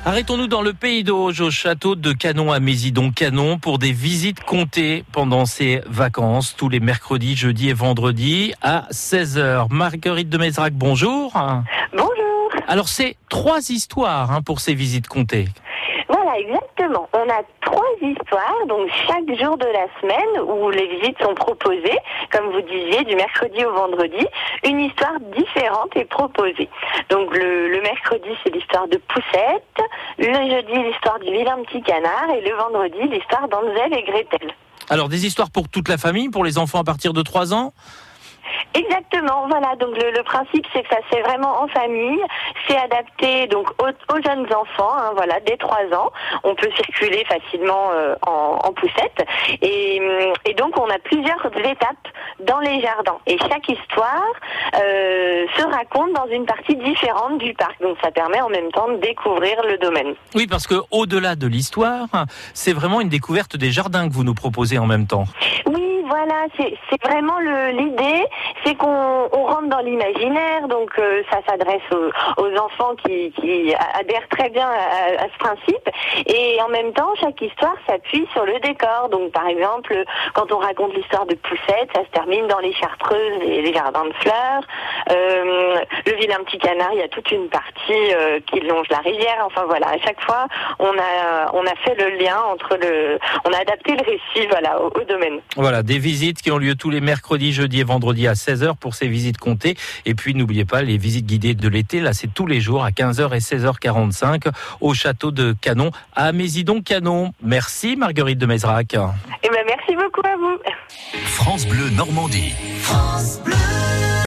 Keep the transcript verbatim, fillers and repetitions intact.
Arrêtons-nous dans le pays d'Auge, au château de Canon à Mézidon-Canon, pour des visites comptées pendant ces vacances, tous les mercredis, jeudis et vendredis à seize heures. Marguerite de Mézrac, bonjour. Bonjour. Alors, c'est trois histoires hein, pour ces visites comptées. Voilà, exactement. On a trois histoires, donc chaque jour de la semaine où les visites sont proposées, comme vous disiez, du mercredi au vendredi, une histoire différente est proposée. Donc le, le mercredi, c'est l'histoire de Poussette, le jeudi, l'histoire du vilain petit canard, et le vendredi, l'histoire d'Hansel et Gretel. Alors, des histoires pour toute la famille, pour les enfants à partir de trois ans ? Exactement, voilà. Donc le, le principe, c'est que ça se fait vraiment en famille. C'est adapté donc aux, aux jeunes enfants, hein, voilà, dès trois ans. On peut circuler facilement euh, en, en poussette. Et, et donc on a plusieurs étapes dans les jardins. Et chaque histoire euh, se raconte dans une partie différente du parc. Donc ça permet en même temps de découvrir le domaine. Oui, parce que au-delà de l'histoire, c'est vraiment une découverte des jardins que vous nous proposez en même temps. Oui. Voilà, c'est, c'est vraiment le, l'idée, c'est qu'on on rentre dans l'imaginaire, donc euh, ça s'adresse aux, aux enfants qui, qui adhèrent très bien à, à ce principe, et en même temps, chaque histoire s'appuie sur le décor. Donc par exemple, quand on raconte l'histoire de Poussette, ça se termine dans les Chartreuses, les, les jardins de fleurs. Euh, le vilain petit canard, il y a toute une partie euh, qui longe la rivière. Enfin voilà, à chaque fois, on a on a fait le lien entre le, on a adapté le récit, voilà, au, au domaine. Voilà, des visites qui ont lieu tous les mercredis, jeudis et vendredis à seize heures pour ces visites comptées. Et puis, n'oubliez pas, les visites guidées de l'été, là, c'est tous les jours à quinze heures et seize heures quarante-cinq au château de Canon à Mézidon-Canon. Merci, Marguerite de Mézrac. Eh ben, merci beaucoup à vous. France Bleu Normandie. France